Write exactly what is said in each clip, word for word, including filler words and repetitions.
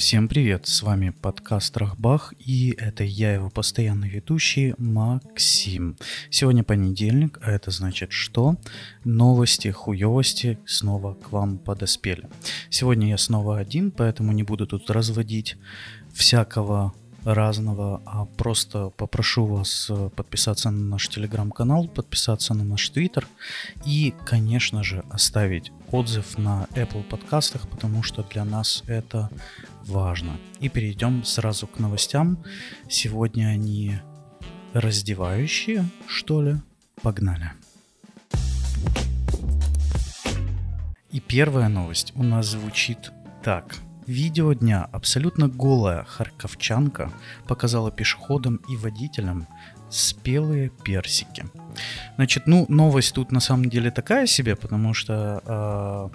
Всем привет, с вами подкаст Рахбах, и это я, его постоянный ведущий Максим. Сегодня понедельник, а это значит что? Новости, хуёвости снова к вам подоспели. Сегодня я снова один, поэтому не буду тут разводить всякого разного, а просто попрошу вас подписаться на наш телеграм-канал, подписаться на наш твиттер и, конечно же, оставить отзыв на Apple подкастах, потому что для нас это важно. И перейдем сразу к новостям. Сегодня они раздевающие, что ли? Погнали. И первая новость у нас звучит так. Видео дня. Абсолютно голая харьковчанка показала пешеходам и водителям спелые персики. Значит, ну, новость тут на самом деле такая себе, потому что э,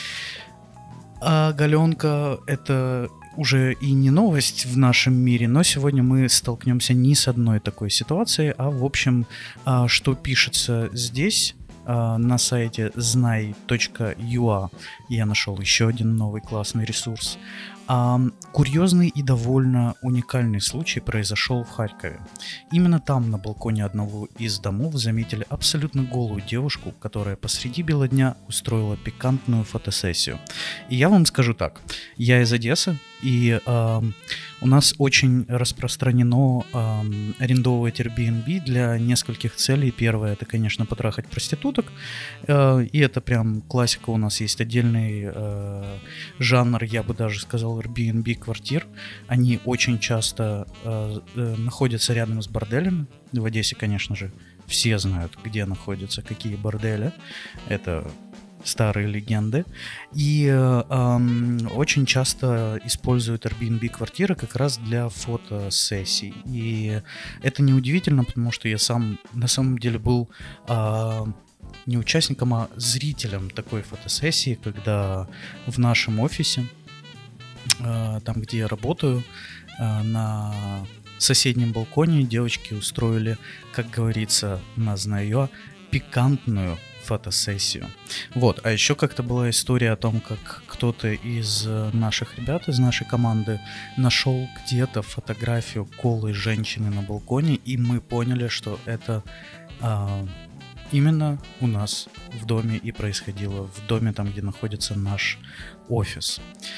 а галенка это уже и не новость в нашем мире, но сегодня мы столкнемся не с одной такой ситуацией, а в общем, э, что пишется здесь. На сайте знай точка ю а я нашел еще один новый классный ресурс. А, курьезный и довольно уникальный случай произошел в Харькове. Именно там, на балконе одного из домов, заметили абсолютно голую девушку, которая посреди бела дня устроила пикантную фотосессию. И я вам скажу так, я из Одессы, и э, у нас очень распространено э, арендовывать Airbnb для нескольких целей. Первое — это, конечно, потрахать проституток, э, и это прям классика, у нас есть отдельный э, жанр, я бы даже сказал, Airbnb-квартир. Они очень часто э, э, находятся рядом с борделями. В Одессе, конечно же, все знают, где находятся какие бордели. Это старые легенды. И э, э, очень часто используют Airbnb-квартиры как раз для фотосессий. И это неудивительно, потому что я сам на самом деле был э, не участником, а зрителем такой фотосессии, когда в нашем офисе, э, там, где я работаю, э, на соседнем балконе девочки устроили, как говорится, на знаю, пикантную фотосессию. Вот, а еще как-то была история о том, как кто-то из наших ребят, из нашей команды нашел где-то фотографию голой женщины на балконе, и мы поняли, что это а, именно у нас в доме и происходило, в доме там, где находится наш офис.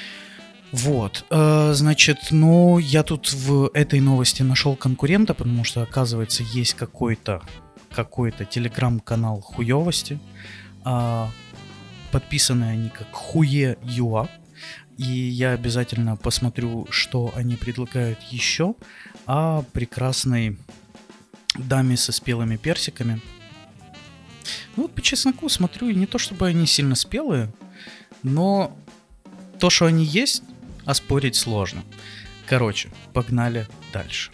Вот, э, значит, ну, я тут в этой новости нашел конкурента, потому что, оказывается, есть какой-то какой-то телеграм-канал хуёвости. А, подписаны они как хуе.юа. И я обязательно посмотрю, что они предлагают еще о прекрасной даме со спелыми персиками. Ну вот по чесноку смотрю, и не то чтобы они сильно спелые, но то, что они есть, оспорить сложно. Короче, погнали дальше.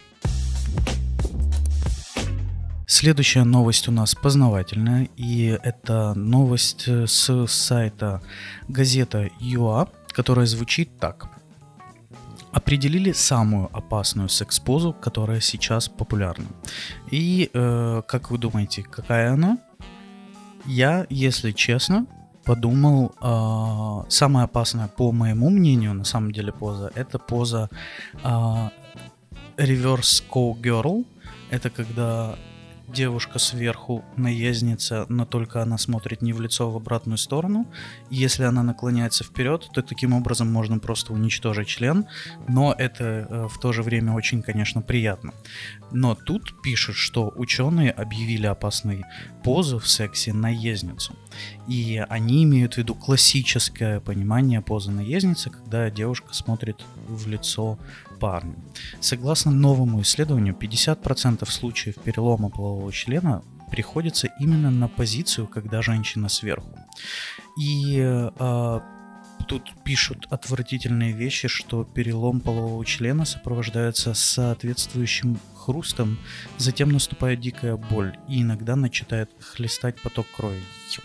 Следующая новость у нас познавательная, и это новость с сайта газета.юа, которая звучит так. Определили самую опасную секс-позу, которая сейчас популярна. И, э, как вы думаете, какая она? Я, если честно, подумал, э, самая опасная, по моему мнению, на самом деле поза, это поза э, reverse cowgirl. Это когда девушка сверху наездница, но только она смотрит не в лицо, а в обратную сторону. Если она наклоняется вперед, то таким образом можно просто уничтожить член, но это э, в то же время очень, конечно, приятно. Но тут пишут, что ученые объявили опасной позу в сексе наездницу. И они имеют в виду классическое понимание позы наездницы, когда девушка смотрит в лицо парню. Согласно новому исследованию, пятьдесят процентов случаев перелома полового члена приходится именно на позицию, когда женщина сверху. И э, тут пишут отвратительные вещи, что перелом полового члена сопровождается соответствующим хрустом, затем наступает дикая боль, и иногда начинает хлестать поток крови.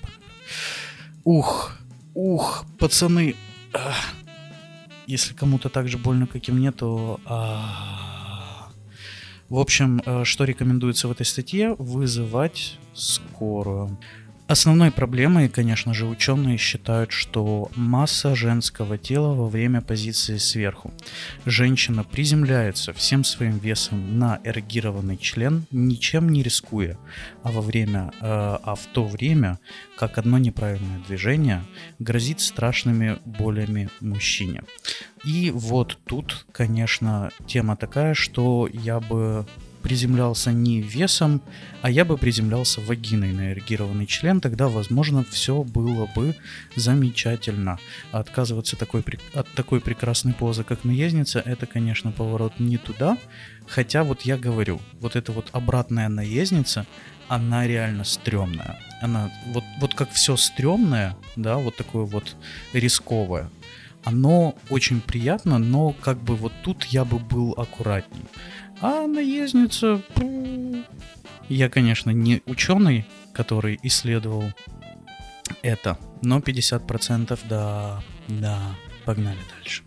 Ух, ух, пацаны. Если кому-то так же больно, как и мне, то... А... В общем, что рекомендуется в этой статье? Вызывать скорую. Основной проблемой, конечно же, ученые считают, что масса женского тела во время позиции сверху. Женщина приземляется всем своим весом на эрегированный член, ничем не рискуя, а во время, э, а в то время, как одно неправильное движение грозит страшными болями мужчине. И вот тут, конечно, тема такая, что я бы приземлялся не весом, а я бы приземлялся вагиной на эрегированный член, тогда, возможно, все было бы замечательно. А отказываться такой, от такой прекрасной позы, как наездница, это, конечно, поворот не туда. Хотя вот я говорю, вот эта вот обратная наездница, она реально стрёмная. Она вот, вот как все стрёмное, да, вот такое вот рисковое, оно очень приятно, но как бы вот тут я бы был аккуратней. А наездница... Я, конечно, не ученый, который исследовал это, но пятьдесят процентов да, да, погнали дальше.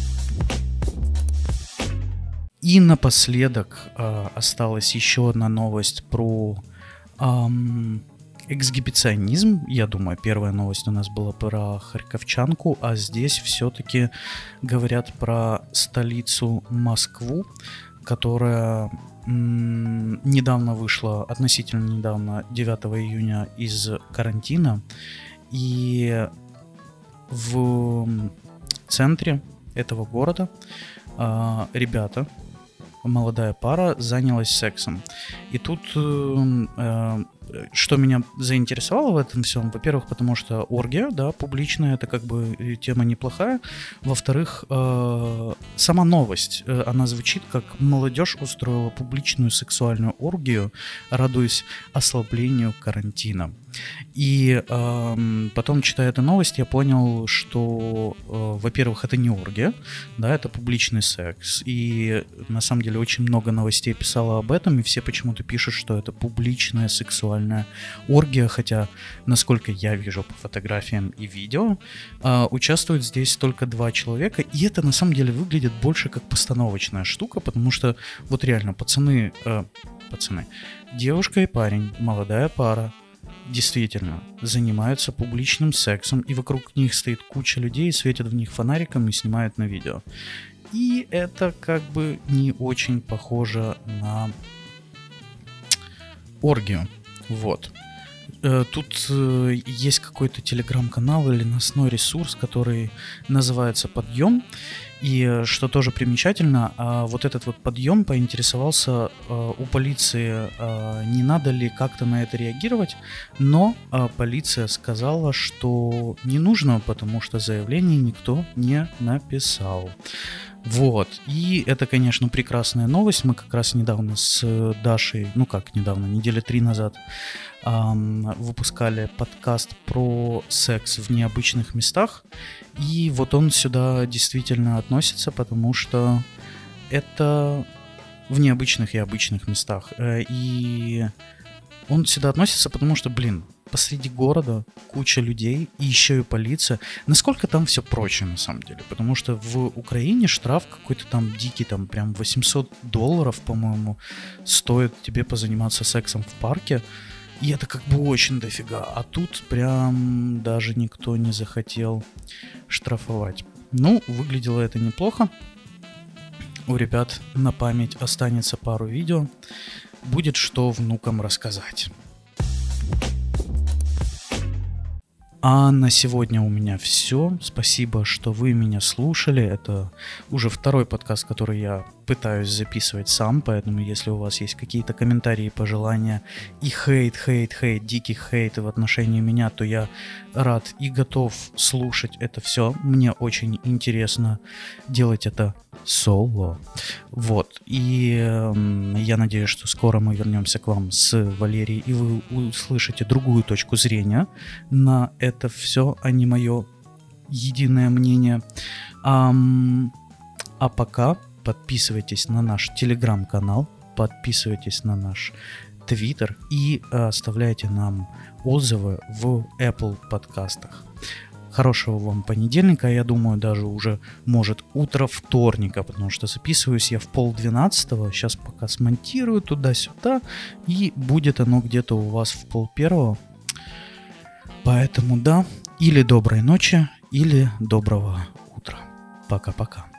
И напоследок э, осталась еще одна новость про эм, эксгибиционизм. Я думаю, первая новость у нас была про харьковчанку, а здесь все-таки говорят про столицу Москву, которая м- недавно вышла, относительно недавно, девятого июня из карантина. И в центре этого города э, ребята, молодая пара, занялась сексом. И тут, э, э, что меня заинтересовало в этом всем, во-первых, потому что оргия, да, публичная, это как бы тема неплохая. Во-вторых, э, сама новость, э, она звучит как молодежь устроила публичную сексуальную оргию, радуясь ослаблению карантина. И э, потом, читая эту новость, я понял, что, э, во-первых, это не оргия, да, это публичный секс. И на самом деле очень много новостей писало об этом, и все почему-то пишут, что это публичная сексуальная оргия, хотя, насколько я вижу по фотографиям и видео, э, участвуют здесь только два человека, и это на самом деле выглядит больше как постановочная штука, потому что вот реально пацаны, э, пацаны, девушка и парень, молодая пара, действительно занимаются публичным сексом, и вокруг них стоит куча людей, светят в них фонариком и снимают на видео. И это как бы не очень похоже на оргию. Вот. Тут есть какой-то телеграм-канал или новостной ресурс, который называется «Подъем». И что тоже примечательно, вот этот вот подъем поинтересовался у полиции, не надо ли как-то на это реагировать, но полиция сказала, что не нужно, потому что заявление никто не написал. Вот, и это, конечно, прекрасная новость. Мы как раз недавно с Дашей, ну как недавно, недели три назад, эм, выпускали подкаст про секс в необычных местах. И вот он сюда действительно относится, потому что это в необычных и обычных местах. И он сюда относится, потому что, блин, посреди города куча людей и еще и полиция. Насколько там все проще на самом деле? Потому что в Украине штраф какой-то там дикий, там прям восемьсот долларов, по-моему, стоит тебе позаниматься сексом в парке. И это как бы очень дофига. А тут прям даже никто не захотел штрафовать. Ну, выглядело это неплохо. У ребят на память останется пару видео. Будет что внукам рассказать. А на сегодня у меня все. Спасибо, что вы меня слушали. Это уже второй подкаст, который я пытаюсь записывать сам, поэтому если у вас есть какие-то комментарии, пожелания и хейт, хейт, хейт, дикий хейт в отношении меня, то я рад и готов слушать это все. Мне очень интересно делать это соло. Вот. И э, я надеюсь, что скоро мы вернемся к вам с Валерией, и вы услышите другую точку зрения на это все, а не мое единое мнение. А, а пока подписывайтесь на наш телеграм-канал, подписывайтесь на наш твиттер и оставляйте нам отзывы в Apple подкастах. Хорошего вам понедельника, я думаю, даже уже, может, утро вторника, потому что записываюсь я в полдвенадцатого, сейчас пока смонтирую туда-сюда, и будет оно где-то у вас в полпервого. Поэтому да, или доброй ночи, или доброго утра. Пока-пока.